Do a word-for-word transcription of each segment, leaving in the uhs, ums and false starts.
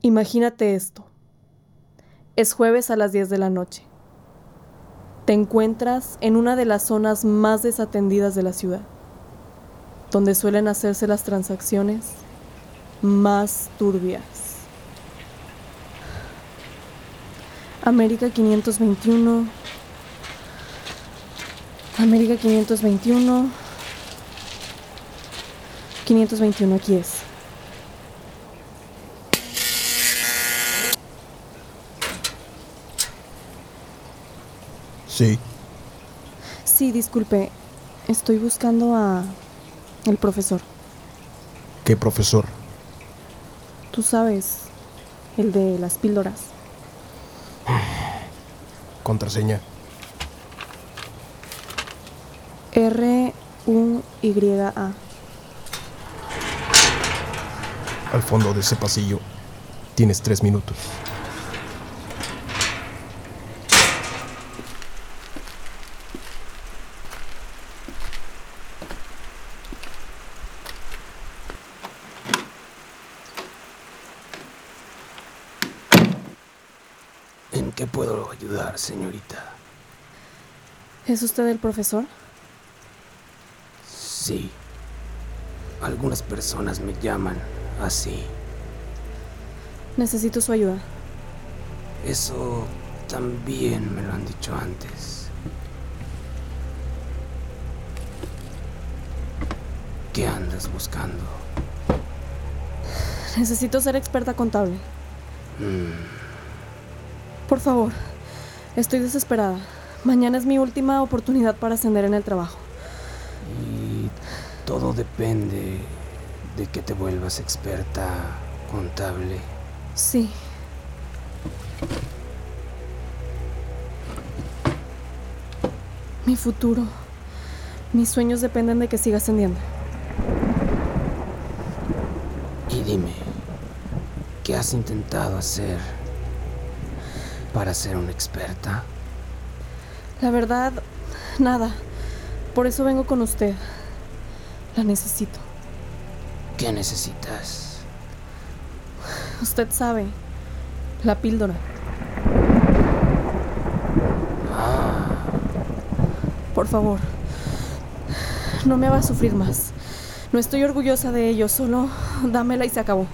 Imagínate esto. Es jueves a las diez de la noche. Te encuentras en una de las zonas más desatendidas de la ciudad, donde suelen hacerse las transacciones más turbias. América quinientos veintiuno. América quinientos veintiuno. quinientos veintiuno, aquí es. Sí. Sí, disculpe. Estoy buscando a el profesor. ¿Qué profesor? Tú sabes, el de las píldoras. Contraseña. R U Y A. Al fondo de ese pasillo tienes tres minutos. ¿En qué puedo ayudar, señorita? ¿Es usted el profesor? Sí. Algunas personas me llaman así. Necesito su ayuda. Eso también me lo han dicho antes. ¿Qué andas buscando? Necesito ser experta contable. Mm. Por favor, estoy desesperada. Mañana es mi última oportunidad para ascender en el trabajo. Y todo depende de que te vuelvas experta contable. Sí. Mi futuro, mis sueños dependen de que siga ascendiendo. Y dime, ¿qué has intentado hacer para ser una experta? La verdad, nada. Por eso vengo con usted. La necesito. ¿Qué necesitas? Usted sabe, la píldora. Ah, Por favor, no me haga sufrir más. No estoy orgullosa de ello, solo dámela y se acabó.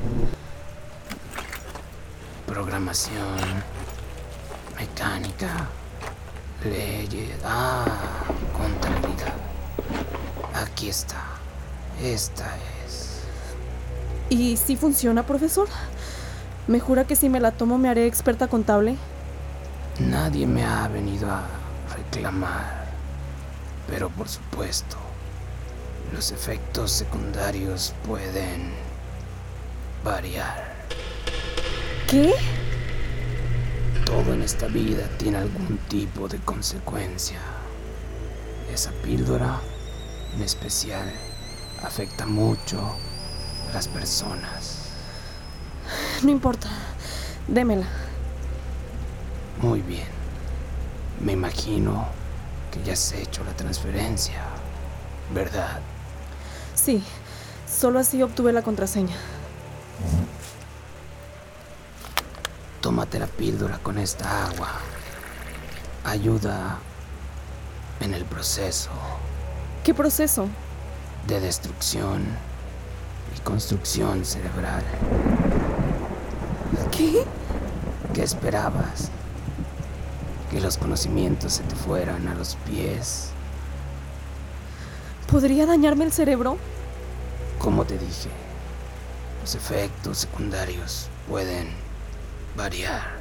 programación, mecánica, leyes, ah, contabilidad. Aquí está. Esta es. ¿Y si funciona, profesor? ¿Me jura que si me la tomo me haré experta contable? Nadie me ha venido a reclamar, pero por supuesto, los efectos secundarios pueden variar. ¿Qué? Todo en esta vida tiene algún tipo de consecuencia. Esa píldora, en especial, afecta mucho a las personas. No importa. Démela. Muy bien. Me imagino que ya has hecho la transferencia, ¿verdad? Sí, solo así obtuve la contraseña. Tómate la píldora con esta agua. Ayuda en el proceso ¿Qué proceso? de destrucción y construcción cerebral. ¿Qué? ¿Qué esperabas? ¿Que los conocimientos se te fueran a los pies? ¿Podría dañarme el cerebro? Como te dije, los efectos secundarios pueden variar.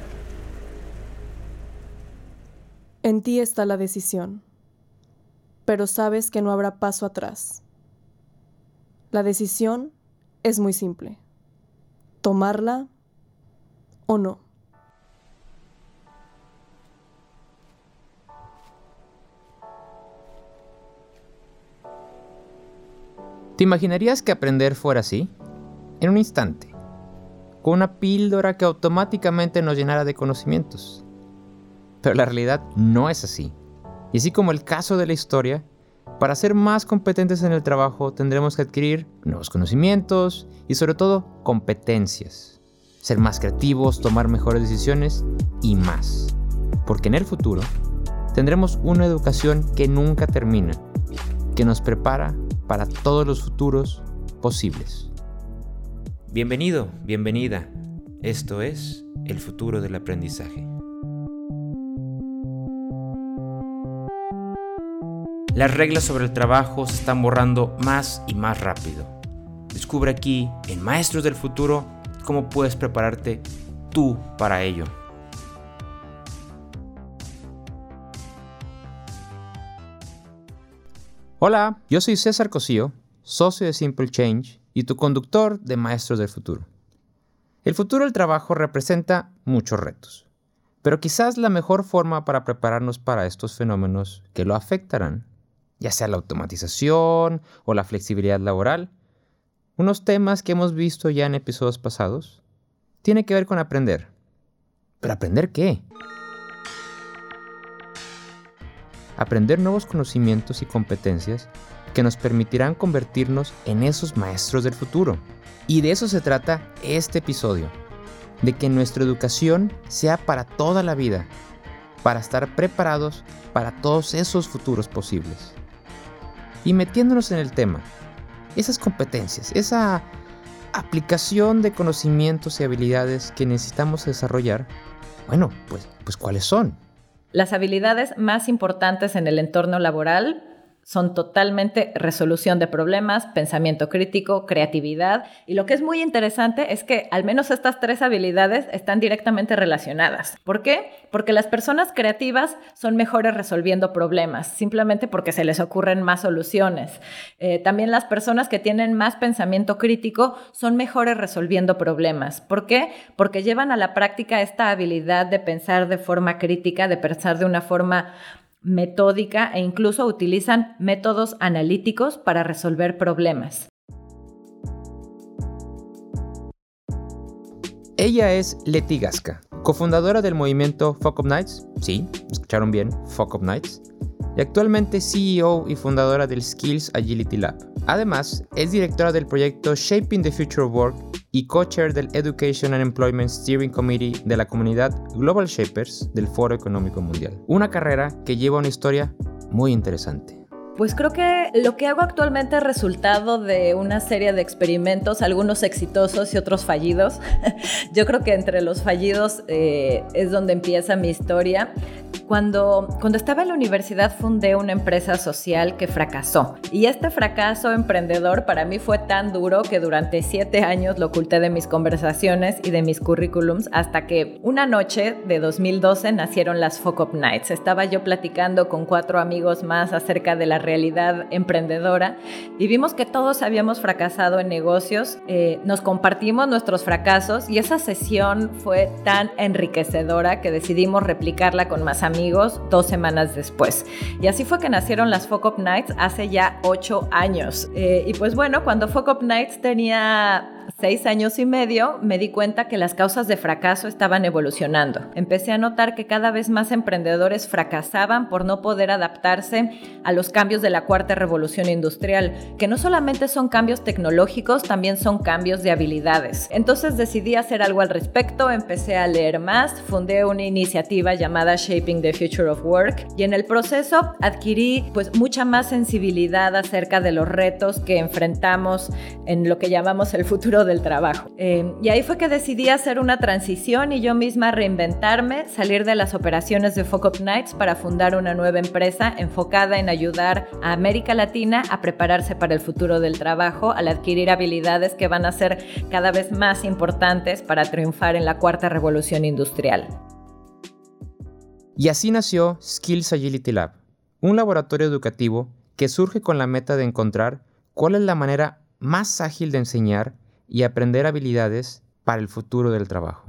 En ti está la decisión, pero sabes que no habrá paso atrás. La decisión es muy simple: tomarla o no. ¿Te imaginarías que aprender fuera así? En un instante, con una píldora que automáticamente nos llenara de conocimientos. Pero la realidad no es así. Y así como el caso de la historia, para ser más competentes en el trabajo tendremos que adquirir nuevos conocimientos y sobre todo competencias. ser más creativos, tomar mejores decisiones y más. Porque en el futuro tendremos una educación que nunca termina, que nos prepara para todos los futuros posibles. Bienvenido, bienvenida. Esto es el futuro del aprendizaje. Las reglas sobre el trabajo se están borrando más y más rápido. Descubre aquí, en Maestros del Futuro, cómo puedes prepararte tú para ello. Hola, yo soy César Cosío, socio de Simple Change y tu conductor de Maestros del Futuro. El futuro del trabajo representa muchos retos, pero quizás la mejor forma para prepararnos para estos fenómenos que lo afectarán, ya sea la automatización o la flexibilidad laboral, unos temas que hemos visto ya en episodios pasados, tiene que ver con aprender. ¿Pero aprender qué? Aprender nuevos conocimientos y competencias que nos permitirán convertirnos en esos maestros del futuro. Y de eso se trata este episodio, de que nuestra educación sea para toda la vida, para estar preparados para todos esos futuros posibles. Y metiéndonos en el tema, esas competencias, esa aplicación de conocimientos y habilidades que necesitamos desarrollar, bueno, pues, pues ¿cuáles son? Las habilidades más importantes en el entorno laboral son totalmente resolución de problemas, pensamiento crítico, creatividad, y lo que es muy interesante es que al menos estas tres habilidades están directamente relacionadas. ¿Por qué? Porque las personas creativas son mejores resolviendo problemas, simplemente porque se les ocurren más soluciones. Eh, también las personas que tienen más pensamiento crítico son mejores resolviendo problemas. ¿Por qué? Porque llevan a la práctica esta habilidad de pensar de forma crítica, de pensar de una forma metódica e incluso utilizan métodos analíticos para resolver problemas. Ella es Leti Gasca, cofundadora del movimiento Fuck Up Nights, sí, escucharon bien, Fuck Up Nights, y actualmente C E O y fundadora del Skills Agility Lab. Además, es directora del proyecto Shaping the Future of Work y co-chair del Education and Employment Steering Committee de la comunidad Global Shapers del Foro Económico Mundial. Una carrera que lleva una historia muy interesante. Pues creo que lo que hago actualmente es resultado de una serie de experimentos, algunos exitosos y otros fallidos. Yo creo que entre los fallidos eh, es donde empieza mi historia. Cuando, cuando estaba en la universidad fundé una empresa social que fracasó. Y este fracaso emprendedor para mí fue tan duro que durante siete años lo oculté de mis conversaciones y de mis currículums hasta que una noche de dos mil doce nacieron las Fuck Up Nights. Estaba yo platicando con cuatro amigos más acerca de la realidad emprendedora y vimos que todos habíamos fracasado en negocios. Eh, nos compartimos nuestros fracasos y esa sesión fue tan enriquecedora que decidimos replicarla con más amigos dos semanas después. Y así fue que nacieron las Fuck Up Nights hace ya ocho años. Eh, y pues bueno, cuando Fuck Up Nights tenía seis años y medio, me di cuenta que las causas de fracaso estaban evolucionando. Empecé a notar que cada vez más emprendedores fracasaban por no poder adaptarse a los cambios de la cuarta revolución industrial, que no solamente son cambios tecnológicos, también son cambios de habilidades. Entonces decidí hacer algo al respecto, empecé a leer más, fundé una iniciativa llamada Shaping the Future of Work y en el proceso adquirí pues mucha más sensibilidad acerca de los retos que enfrentamos en lo que llamamos el futuro del trabajo. Eh, y ahí fue que decidí hacer una transición y yo misma reinventarme, salir de las operaciones de Fuck Up Nights para fundar una nueva empresa enfocada en ayudar a América Latina a prepararse para el futuro del trabajo, al adquirir habilidades que van a ser cada vez más importantes para triunfar en la cuarta revolución industrial. Y así nació Skills Agility Lab, un laboratorio educativo que surge con la meta de encontrar cuál es la manera más ágil de enseñar y aprender habilidades para el futuro del trabajo.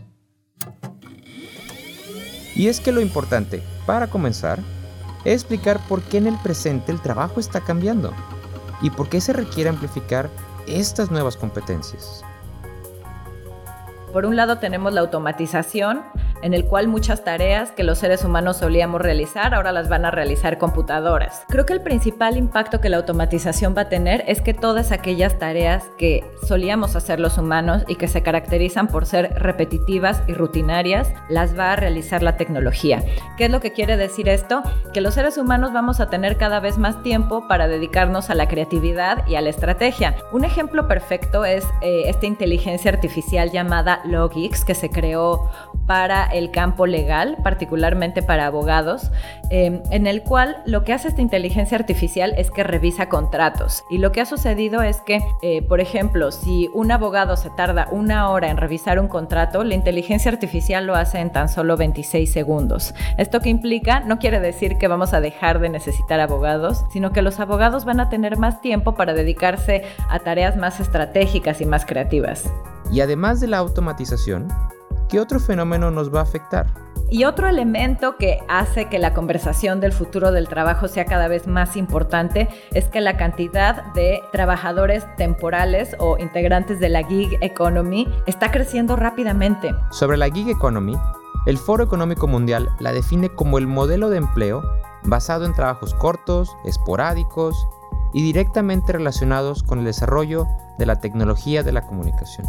Y es que lo importante, para comenzar, es explicar por qué en el presente el trabajo está cambiando y por qué se requiere amplificar estas nuevas competencias. Por un lado tenemos la automatización, en el cual muchas tareas que los seres humanos solíamos realizar ahora las van a realizar computadoras. Creo que el principal impacto que la automatización va a tener es que todas aquellas tareas que solíamos hacer los humanos y que se caracterizan por ser repetitivas y rutinarias, las va a realizar la tecnología. ¿Qué es lo que quiere decir esto? Que los seres humanos vamos a tener cada vez más tiempo para dedicarnos a la creatividad y a la estrategia. Un ejemplo perfecto es eh, esta inteligencia artificial llamada Logix, que se creó para el campo legal, particularmente para abogados, eh, en el cual lo que hace esta inteligencia artificial es que revisa contratos. Y lo que ha sucedido es que, eh, por ejemplo, si un abogado se tarda una hora en revisar un contrato, la inteligencia artificial lo hace en tan solo veintiséis segundos. ¿Esto qué implica? No quiere decir que vamos a dejar de necesitar abogados, sino que los abogados van a tener más tiempo para dedicarse a tareas más estratégicas y más creativas. Y además de la automatización, ¿qué otro fenómeno nos va a afectar? Y otro elemento que hace que la conversación del futuro del trabajo sea cada vez más importante es que la cantidad de trabajadores temporales o integrantes de la gig economy está creciendo rápidamente. Sobre la gig economy, el Foro Económico Mundial la define como el modelo de empleo basado en trabajos cortos, esporádicos y directamente relacionados con el desarrollo de la tecnología de la comunicación.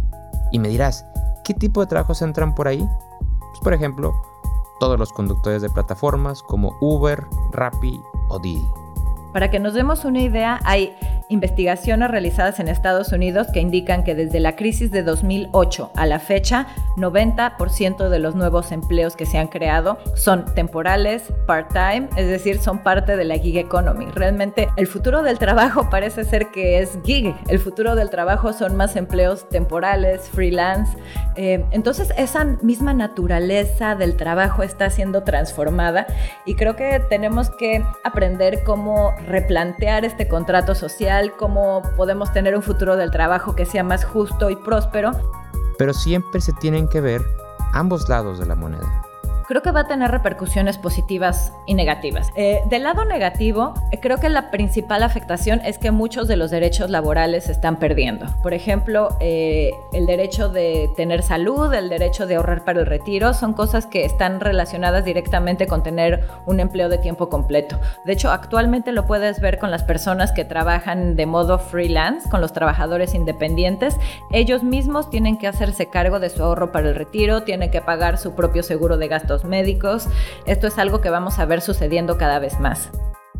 Y me dirás, ¿qué tipo de trabajos entran por ahí? Pues, por ejemplo, todos los conductores de plataformas como Uber, Rappi o Didi. Para que nos demos una idea, hay investigaciones realizadas en Estados Unidos que indican que desde la crisis de dos mil ocho a la fecha, noventa por ciento de los nuevos empleos que se han creado son temporales, part-time, es decir, son parte de la gig economy. Realmente el futuro del trabajo parece ser que es gig. El futuro del trabajo son más empleos temporales, freelance. Eh, entonces esa misma naturaleza del trabajo está siendo transformada y creo que tenemos que aprender cómo replantear este contrato social, cómo podemos tener un futuro del trabajo que sea más justo y próspero. Pero siempre se tienen que ver ambos lados de la moneda. Creo que va a tener repercusiones positivas y negativas. Eh, del lado negativo, eh, creo que la principal afectación es que muchos de los derechos laborales se están perdiendo. Por ejemplo, eh, el derecho de tener salud, el derecho de ahorrar para el retiro, son cosas que están relacionadas directamente con tener un empleo de tiempo completo. De hecho, actualmente lo puedes ver con las personas que trabajan de modo freelance, con los trabajadores independientes. Ellos mismos tienen que hacerse cargo de su ahorro para el retiro, tienen que pagar su propio seguro de gastos médicos. Esto es algo que vamos a ver sucediendo cada vez más.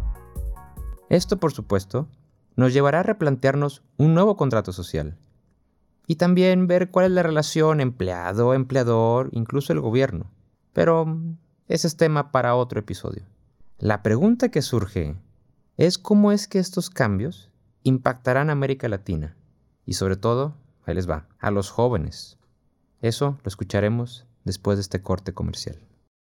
Esto, por supuesto, nos llevará a replantearnos un nuevo contrato social y también ver cuál es la relación empleado-empleador, incluso el gobierno. Pero ese es tema para otro episodio. La pregunta que surge es cómo es que estos cambios impactarán a América Latina y sobre todo, ahí les va, a los jóvenes. Eso lo escucharemos después de este corte comercial.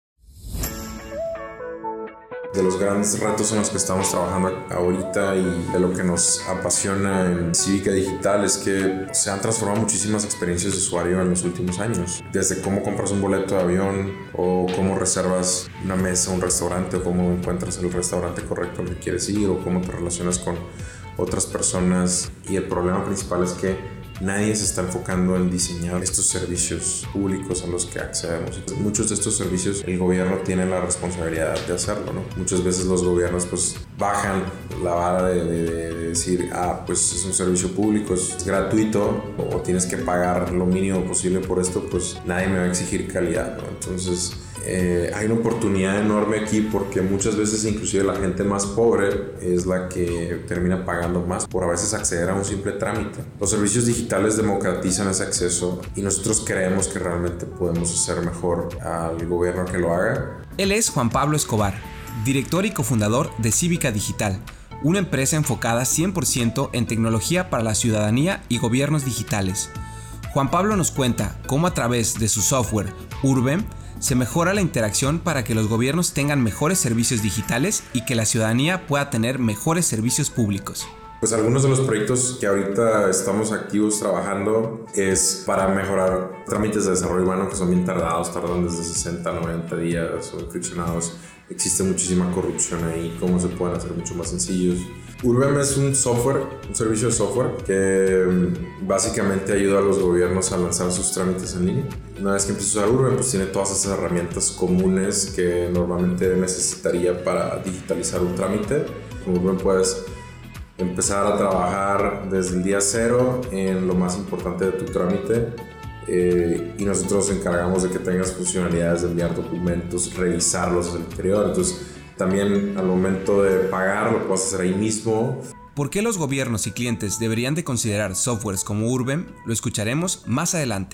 De los grandes retos en los que estamos trabajando ahorita y de lo que nos apasiona en Cívica Digital es que se han transformado muchísimas experiencias de usuario en los últimos años. Desde cómo compras un boleto de avión o cómo reservas una mesa en un restaurante o cómo encuentras el restaurante correcto al que quieres ir o cómo te relacionas con otras personas. Y el problema principal es que nadie se está enfocando en diseñar estos servicios públicos a los que accedemos. Muchos de estos servicios el gobierno tiene la responsabilidad de hacerlo, ¿no? Muchas veces los gobiernos pues bajan la vara de, de, de decir, ah, pues es un servicio público, es gratuito o tienes que pagar lo mínimo posible por esto, pues nadie me va a exigir calidad, ¿no? Entonces eh, hay una oportunidad enorme aquí porque muchas veces inclusive la gente más pobre es la que termina pagando más por a veces acceder a un simple trámite. Los servicios digitales democratizan ese acceso y nosotros creemos que realmente podemos hacer mejor al gobierno que lo haga. Él es Juan Pablo Escobar, director y cofundador de Cívica Digital, una empresa enfocada cien por ciento en tecnología para la ciudadanía y gobiernos digitales. Juan Pablo nos cuenta cómo a través de su software Urbem se mejora la interacción para que los gobiernos tengan mejores servicios digitales y que la ciudadanía pueda tener mejores servicios públicos. Pues algunos de los proyectos que ahorita estamos activos trabajando es para mejorar trámites de desarrollo urbano que son bien tardados, tardan desde sesenta a noventa días, son friccionados. Existe muchísima corrupción ahí, cómo se pueden hacer mucho más sencillos. Urbem es un software, un servicio de software que básicamente ayuda a los gobiernos a lanzar sus trámites en línea. Una vez que empiezas a usar Urbem, pues tiene todas esas herramientas comunes que normalmente necesitaría para digitalizar un trámite. Con Urbem puedes empezar a trabajar desde el día cero en lo más importante de tu trámite. Eh, y nosotros nos encargamos de que tengas funcionalidades de enviar documentos, revisarlos desde el interior. Entonces, también al momento de pagar lo puedes hacer ahí mismo. ¿Por qué los gobiernos y clientes deberían de considerar softwares como Urbem? Lo escucharemos más adelante.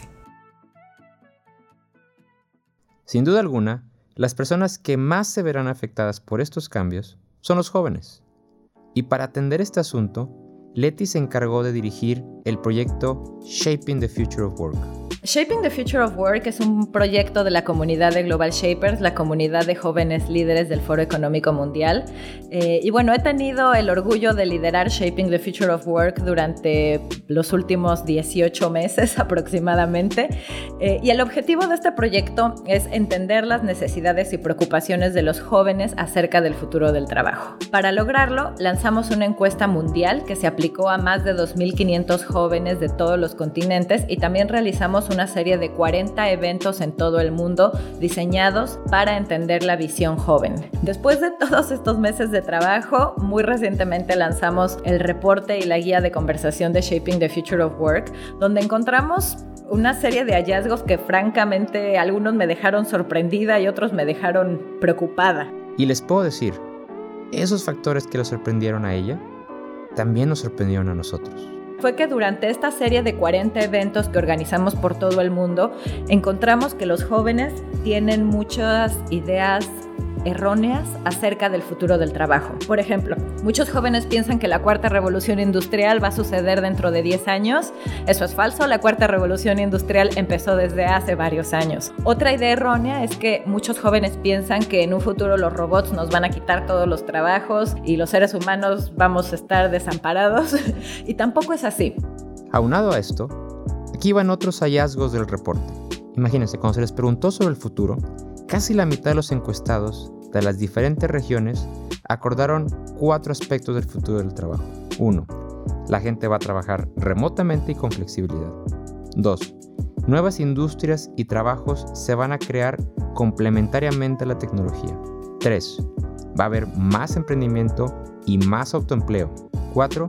Sin duda alguna, las personas que más se verán afectadas por estos cambios son los jóvenes. Y para atender este asunto, Leti se encargó de dirigir el proyecto Shaping the Future of Work. Shaping the Future of Work es un proyecto de la comunidad de Global Shapers, la comunidad de jóvenes líderes del Foro Económico Mundial. Eh, y bueno, he tenido el orgullo de liderar Shaping the Future of Work durante los últimos dieciocho meses aproximadamente. Eh, y el objetivo de este proyecto es entender las necesidades y preocupaciones de los jóvenes acerca del futuro del trabajo. Para lograrlo, lanzamos una encuesta mundial que se aplicó a más de dos mil quinientos jóvenes de todos los continentes y también realizamos una serie de cuarenta eventos en todo el mundo diseñados para entender la visión joven. Después de todos estos meses de trabajo, muy recientemente lanzamos el reporte y la guía de conversación de Shaping the Future of Work, donde encontramos una serie de hallazgos que francamente algunos me dejaron sorprendida y otros me dejaron preocupada. Y les puedo decir, esos factores que lo sorprendieron a ella, también nos sorprendieron a nosotros. Fue que durante esta serie de cuarenta eventos que organizamos por todo el mundo, encontramos que los jóvenes tienen muchas ideas erróneas acerca del futuro del trabajo. Por ejemplo, muchos jóvenes piensan que la cuarta revolución industrial va a suceder dentro de diez años. Eso es falso, la cuarta revolución industrial empezó desde hace varios años. Otra idea errónea es que muchos jóvenes piensan que en un futuro los robots nos van a quitar todos los trabajos y los seres humanos vamos a estar desamparados, y tampoco es así. Aunado a esto, aquí van otros hallazgos del reporte. Imagínense, cuando se les preguntó sobre el futuro, casi la mitad de los encuestados de las diferentes regiones acordaron cuatro aspectos del futuro del trabajo. Uno, la gente va a trabajar remotamente y con flexibilidad. Dos, nuevas industrias y trabajos se van a crear complementariamente a la tecnología. Tres, va a haber más emprendimiento y más autoempleo. Cuatro,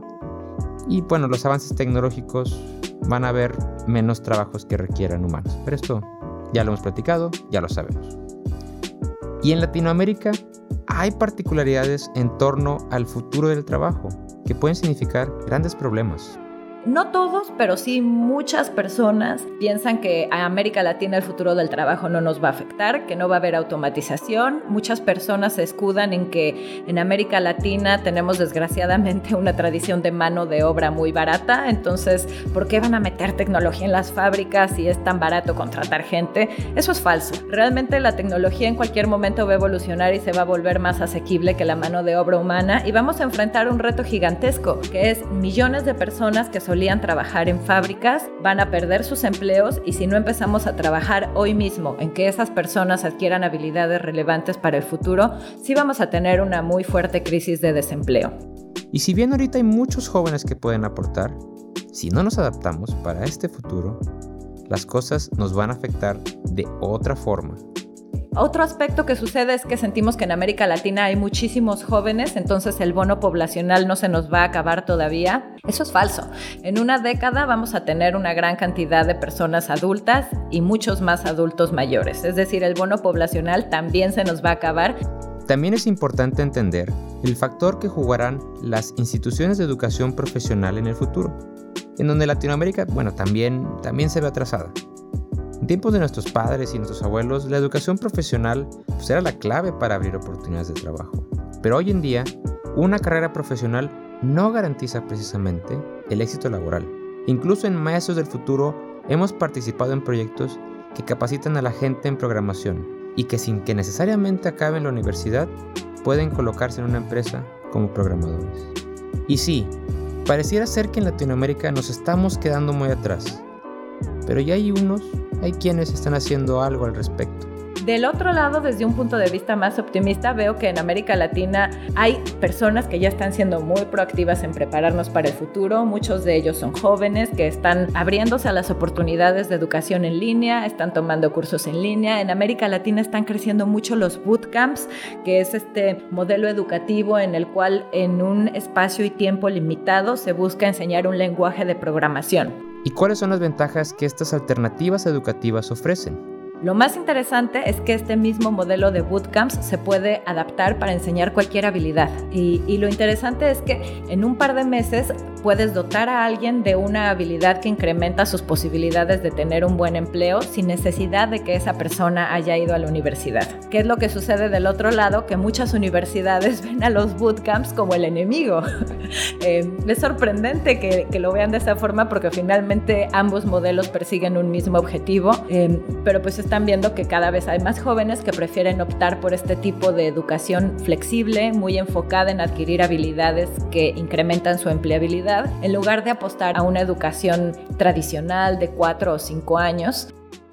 y bueno, los avances tecnológicos van a haber menos trabajos que requieran humanos. Pero esto ya lo hemos platicado, ya lo sabemos. Y en Latinoamérica hay particularidades en torno al futuro del trabajo que pueden significar grandes problemas. No todos, pero sí muchas personas piensan que a América Latina el futuro del trabajo no nos va a afectar, que no va a haber automatización. Muchas personas se escudan en que en América Latina tenemos desgraciadamente una tradición de mano de obra muy barata, entonces, ¿por qué van a meter tecnología en las fábricas si es tan barato contratar gente? Eso es falso. Realmente la tecnología en cualquier momento va a evolucionar y se va a volver más asequible que la mano de obra humana, y vamos a enfrentar un reto gigantesco, que es millones de personas que solían trabajar en fábricas van a perder sus empleos, y si no empezamos a trabajar hoy mismo en que esas personas adquieran habilidades relevantes para el futuro, sí vamos a tener una muy fuerte crisis de desempleo. Y si bien ahorita hay muchos jóvenes que pueden aportar, si no nos adaptamos para este futuro, las cosas nos van a afectar de otra forma. Otro aspecto que sucede es que sentimos que en América Latina hay muchísimos jóvenes, entonces el bono poblacional no se nos va a acabar todavía. Eso es falso. En una década vamos a tener una gran cantidad de personas adultas y muchos más adultos mayores. Es decir, el bono poblacional también se nos va a acabar. También es importante entender el factor que jugarán las instituciones de educación profesional en el futuro, en donde Latinoamérica, bueno, también, también se ve atrasada. En tiempos de nuestros padres y nuestros abuelos, la educación profesional pues, era la clave para abrir oportunidades de trabajo. Pero hoy en día, una carrera profesional no garantiza precisamente el éxito laboral. Incluso en Maestros del Futuro hemos participado en proyectos que capacitan a la gente en programación y que sin que necesariamente acaben la universidad, pueden colocarse en una empresa como programadores. Y sí, pareciera ser que en Latinoamérica nos estamos quedando muy atrás, pero ya hay unos, hay quienes están haciendo algo al respecto. Del otro lado, desde un punto de vista más optimista, veo que en América Latina hay personas que ya están siendo muy proactivas en prepararnos para el futuro. Muchos de ellos son jóvenes que están abriéndose a las oportunidades de educación en línea, están tomando cursos en línea. En América Latina están creciendo mucho los bootcamps, que es este modelo educativo en el cual en un espacio y tiempo limitado se busca enseñar un lenguaje de programación. ¿Y cuáles son las ventajas que estas alternativas educativas ofrecen? Lo más interesante es que este mismo modelo de bootcamps se puede adaptar para enseñar cualquier habilidad. Y, y lo interesante es que en un par de meses puedes dotar a alguien de una habilidad que incrementa sus posibilidades de tener un buen empleo sin necesidad de que esa persona haya ido a la universidad. ¿Qué es lo que sucede del otro lado? Que muchas universidades ven a los bootcamps como el enemigo. eh, es sorprendente que, que lo vean de esa forma porque finalmente ambos modelos persiguen un mismo objetivo, eh, pero pues están viendo que cada vez hay más jóvenes que prefieren optar por este tipo de educación flexible, muy enfocada en adquirir habilidades que incrementan su empleabilidad, en lugar de apostar a una educación tradicional de cuatro o cinco años.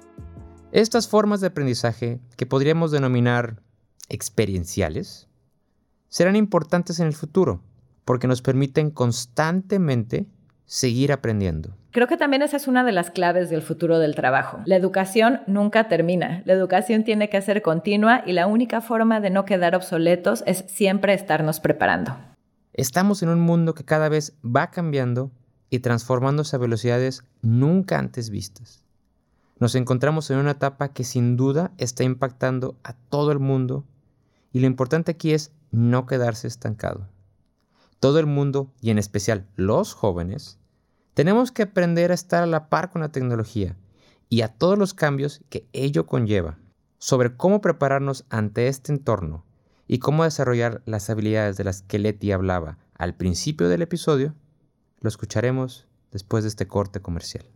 Estas formas de aprendizaje, que podríamos denominar experienciales, serán importantes en el futuro porque nos permiten constantemente seguir aprendiendo. Creo que también esa es una de las claves del futuro del trabajo. La educación nunca termina. La educación tiene que ser continua y la única forma de no quedar obsoletos es siempre estarnos preparando. Estamos en un mundo que cada vez va cambiando y transformándose a velocidades nunca antes vistas. Nos encontramos en una etapa que sin duda está impactando a todo el mundo y lo importante aquí es no quedarse estancado. Todo el mundo, y en especial los jóvenes, tenemos que aprender a estar a la par con la tecnología y a todos los cambios que ello conlleva. Sobre cómo prepararnos ante este entorno y cómo desarrollar las habilidades de las que Leti hablaba al principio del episodio, lo escucharemos después de este corte comercial.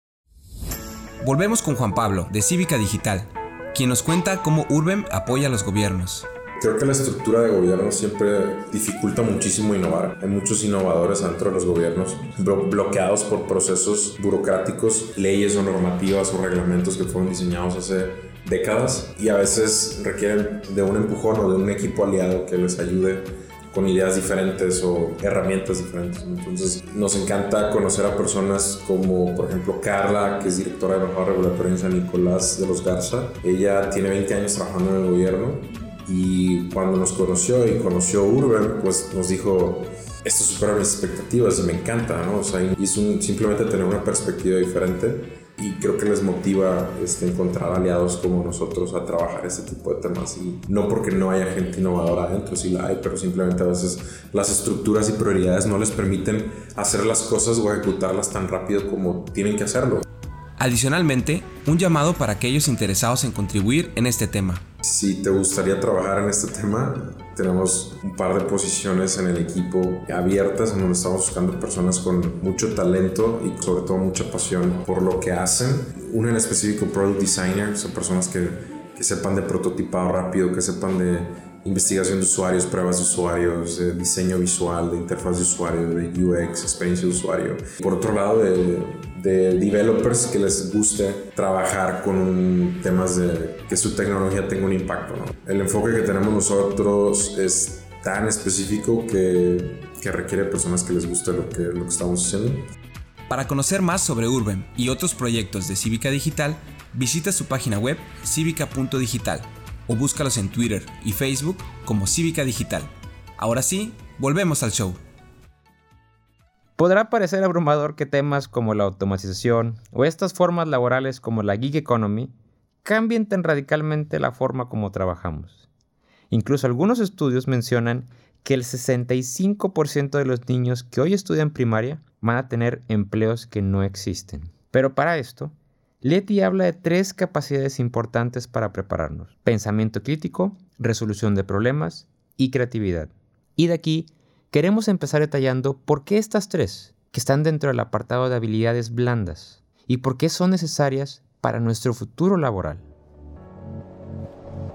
Volvemos con Juan Pablo, de Cívica Digital, quien nos cuenta cómo Urbem apoya a los gobiernos. Creo que la estructura de gobierno siempre dificulta muchísimo innovar. Hay muchos innovadores dentro de los gobiernos blo- bloqueados por procesos burocráticos, leyes o normativas o reglamentos que fueron diseñados hace décadas y a veces requieren de un empujón o de un equipo aliado que les ayude con ideas diferentes o herramientas diferentes. Entonces nos encanta conocer a personas como por ejemplo Carla, que es directora de Mejora Regulatoria en San Nicolás de los Garza. Ella tiene veinte años trabajando en el gobierno y cuando nos conoció y conoció Urbem, pues nos dijo, esto supera mis expectativas y me encanta, ¿no? O sea, y es un, simplemente tener una perspectiva diferente y creo que les motiva este, encontrar aliados como nosotros a trabajar este tipo de temas. Y no porque no haya gente innovadora adentro, sí la hay, pero simplemente a veces las estructuras y prioridades no les permiten hacer las cosas o ejecutarlas tan rápido como tienen que hacerlo. Adicionalmente, un llamado para aquellos interesados en contribuir en este tema. Si te gustaría trabajar en este tema, tenemos un par de posiciones en el equipo abiertas en donde estamos buscando personas con mucho talento y sobre todo mucha pasión por lo que hacen. Una en específico, Product Designer, son personas que, que sepan de prototipado rápido, que sepan de investigación de usuarios, pruebas de usuarios, de diseño visual, de interfaz de usuario, de U X, experiencia de usuario. Por otro lado, de, de developers que les guste trabajar con temas de que su tecnología tenga un impacto, ¿no? El enfoque que tenemos nosotros es tan específico que, que requiere personas que les guste lo que, lo que estamos haciendo. Para conocer más sobre Urbem y otros proyectos de Cívica Digital, visita su página web cívica punto digital o búscalos en Twitter y Facebook como Cívica Digital. Ahora sí, volvemos al show. Podrá parecer abrumador que temas como la automatización o estas formas laborales como la gig economy cambien tan radicalmente la forma como trabajamos. Incluso algunos estudios mencionan que el sesenta y cinco por ciento de los niños que hoy estudian primaria van a tener empleos que no existen. Pero para esto, Leti habla de tres capacidades importantes para prepararnos: pensamiento crítico, resolución de problemas y creatividad. Y de aquí queremos empezar detallando por qué estas tres, que están dentro del apartado de habilidades blandas, y por qué son necesarias para nuestro futuro laboral.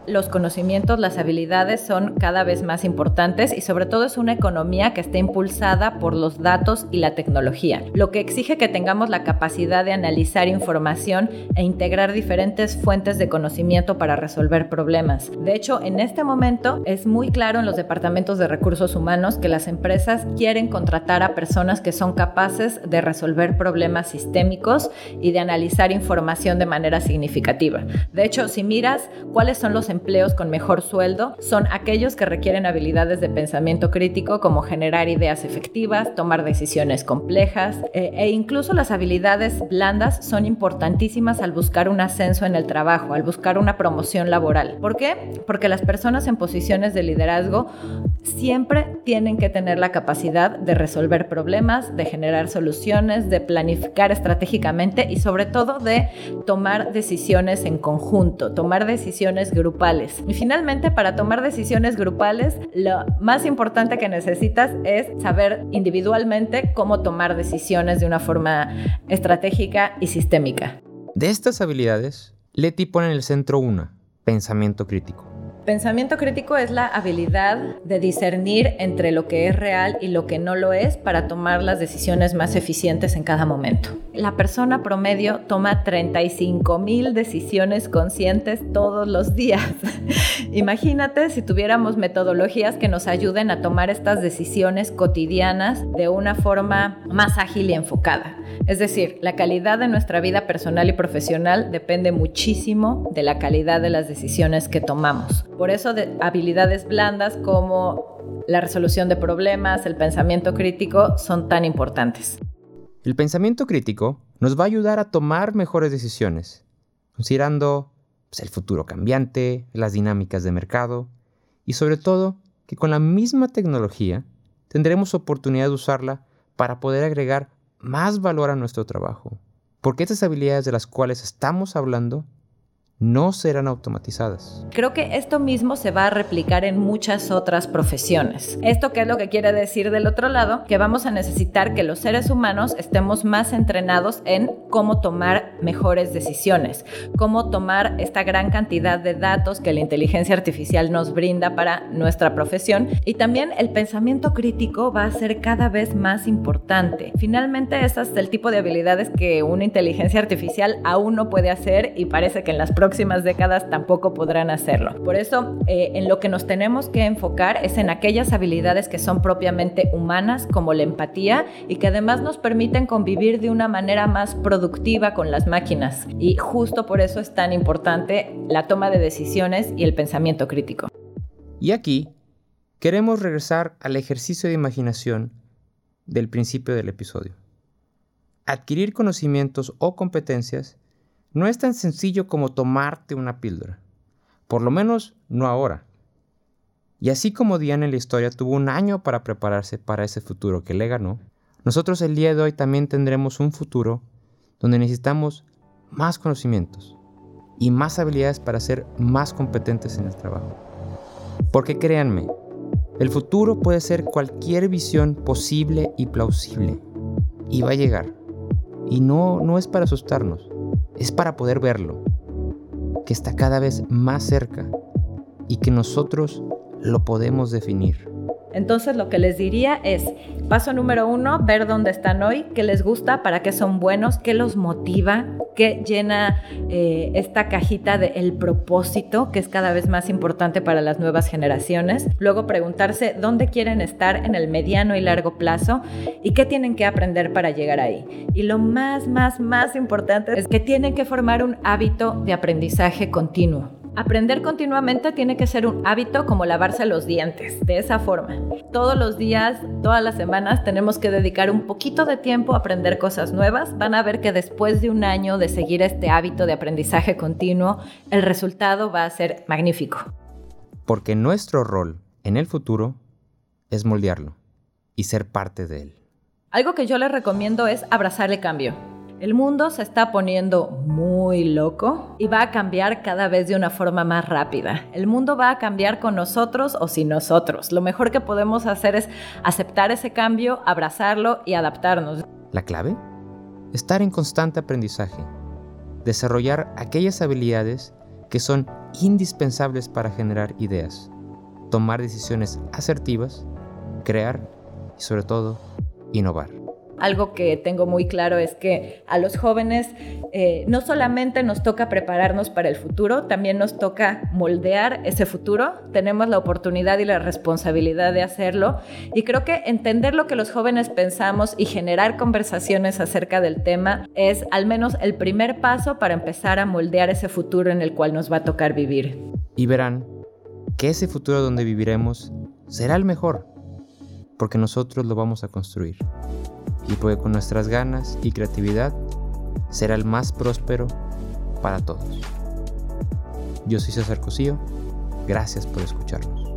los conocimientos, las habilidades son cada vez más importantes y sobre todo es una economía que está impulsada por los datos y la tecnología, lo que exige que tengamos la capacidad de analizar información e integrar diferentes fuentes de conocimiento para resolver problemas. De hecho, en este momento es muy claro en los departamentos de recursos humanos que las empresas quieren contratar a personas que son capaces de resolver problemas sistémicos y de analizar información de manera significativa. De hecho, si miras cuáles son los empleos con mejor sueldo, son aquellos que requieren habilidades de pensamiento crítico como generar ideas efectivas, tomar decisiones complejas eh, e incluso las habilidades blandas son importantísimas al buscar un ascenso en el trabajo, al buscar una promoción laboral. ¿Por qué? Porque las personas en posiciones de liderazgo siempre tienen que tener la capacidad de resolver problemas, de generar soluciones, de planificar estratégicamente y sobre todo de tomar decisiones en conjunto, tomar decisiones grupales. Y finalmente, para tomar decisiones grupales, lo más importante que necesitas es saber individualmente cómo tomar decisiones de una forma estratégica y sistémica. De estas habilidades, Leti pone en el centro una, pensamiento crítico. Pensamiento crítico es la habilidad de discernir entre lo que es real y lo que no lo es para tomar las decisiones más eficientes en cada momento. La persona promedio toma treinta y cinco mil decisiones conscientes todos los días. Imagínate si tuviéramos metodologías que nos ayuden a tomar estas decisiones cotidianas de una forma más ágil y enfocada. Es decir, la calidad de nuestra vida personal y profesional depende muchísimo de la calidad de las decisiones que tomamos. Por eso, de habilidades blandas como la resolución de problemas, el pensamiento crítico son tan importantes. El pensamiento crítico nos va a ayudar a tomar mejores decisiones, considerando pues, el futuro cambiante, las dinámicas de mercado y sobre todo que con la misma tecnología tendremos oportunidad de usarla para poder agregar más valor a nuestro trabajo, porque estas habilidades de las cuales estamos hablando no serán automatizadas. Creo que esto mismo se va a replicar en muchas otras profesiones. ¿Esto qué es lo que quiere decir del otro lado? Que vamos a necesitar que los seres humanos estemos más entrenados en cómo tomar mejores decisiones, cómo tomar esta gran cantidad de datos que la inteligencia artificial nos brinda para nuestra profesión, y también el pensamiento crítico va a ser cada vez más importante. Finalmente, ese es el tipo de habilidades que una inteligencia artificial aún no puede hacer y parece que en las próximas próximas décadas tampoco podrán hacerlo. Por eso, eh, en lo que nos tenemos que enfocar es en aquellas habilidades que son propiamente humanas, como la empatía, y que además nos permiten convivir de una manera más productiva con las máquinas. Y justo por eso es tan importante la toma de decisiones y el pensamiento crítico. Y aquí queremos regresar al ejercicio de imaginación del principio del episodio. Adquirir conocimientos o competencias no es tan sencillo como tomarte una píldora, por lo menos no ahora. Y así como Diana en la historia tuvo un año para prepararse para ese futuro que le ganó, nosotros el día de hoy también tendremos un futuro donde necesitamos más conocimientos y más habilidades para ser más competentes en el trabajo. Porque créanme, el futuro puede ser cualquier visión posible y plausible, y va a llegar. Y no, no es para asustarnos. Es para poder verlo, que está cada vez más cerca y que nosotros lo podemos definir. Entonces lo que les diría es, paso número uno, ver dónde están hoy, qué les gusta, para qué son buenos, qué los motiva, qué llena eh, esta cajita del propósito, que es cada vez más importante para las nuevas generaciones. Luego preguntarse dónde quieren estar en el mediano y largo plazo y qué tienen que aprender para llegar ahí. Y lo más, más, más importante es que tienen que formar un hábito de aprendizaje continuo. Aprender continuamente tiene que ser un hábito como lavarse los dientes, de esa forma. Todos los días, todas las semanas tenemos que dedicar un poquito de tiempo a aprender cosas nuevas. Van a ver que después de un año de seguir este hábito de aprendizaje continuo, el resultado va a ser magnífico. Porque nuestro rol en el futuro es moldearlo y ser parte de él. Algo que yo les recomiendo es abrazar el cambio. El mundo se está poniendo muy loco y va a cambiar cada vez de una forma más rápida. El mundo va a cambiar con nosotros o sin nosotros. Lo mejor que podemos hacer es aceptar ese cambio, abrazarlo y adaptarnos. ¿La clave? Estar en constante aprendizaje. Desarrollar aquellas habilidades que son indispensables para generar ideas, tomar decisiones asertivas, crear y sobre todo, innovar. Algo que tengo muy claro es que a los jóvenes eh, no solamente nos toca prepararnos para el futuro, también nos toca moldear ese futuro. Tenemos la oportunidad y la responsabilidad de hacerlo. Y creo que entender lo que los jóvenes pensamos y generar conversaciones acerca del tema es al menos el primer paso para empezar a moldear ese futuro en el cual nos va a tocar vivir. Y verán que ese futuro donde viviremos será el mejor, porque nosotros lo vamos a construir. Y porque con nuestras ganas y creatividad será el más próspero para todos. Yo soy César Cosío, gracias por escucharnos.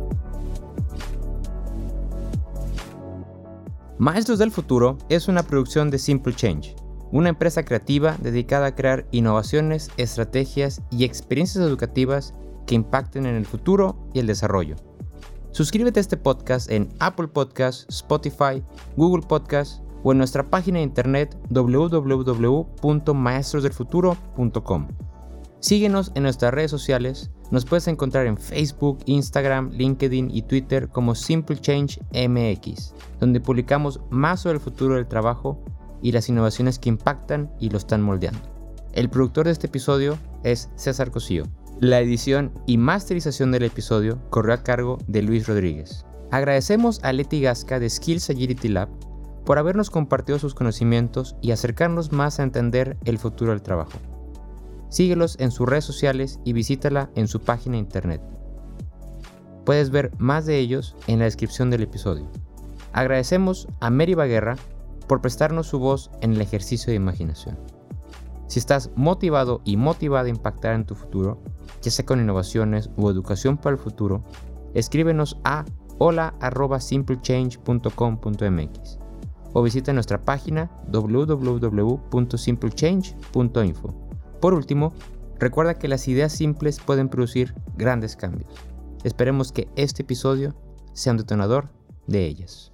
Maestros del Futuro es una producción de Simple Change, una empresa creativa dedicada a crear innovaciones, estrategias y experiencias educativas que impacten en el futuro y el desarrollo. Suscríbete a este podcast en Apple Podcasts, Spotify, Google Podcasts, o en nuestra página de internet doble u doble u doble u punto maestros del futuro punto com. Síguenos en nuestras redes sociales, nos puedes encontrar en Facebook, Instagram, LinkedIn y Twitter como Simple Change M X, donde publicamos más sobre el futuro del trabajo y las innovaciones que impactan y lo están moldeando. El productor de este episodio es César Cosío. La edición y masterización del episodio corrió a cargo de Luis Rodríguez. Agradecemos a Leti Gasca de Skills Agility Lab por habernos compartido sus conocimientos y acercarnos más a entender el futuro del trabajo. Síguelos en sus redes sociales y visítala en su página de internet. Puedes ver más de ellos en la descripción del episodio. Agradecemos a Mary Baguerra por prestarnos su voz en el ejercicio de imaginación. Si estás motivado y motivada a impactar en tu futuro, ya sea con innovaciones o educación para el futuro, escríbenos a hola arroba simplechange punto com punto m x o visita nuestra página doble u doble u doble u punto simplechange punto info. Por último, recuerda que las ideas simples pueden producir grandes cambios. Esperemos que este episodio sea un detonador de ellas.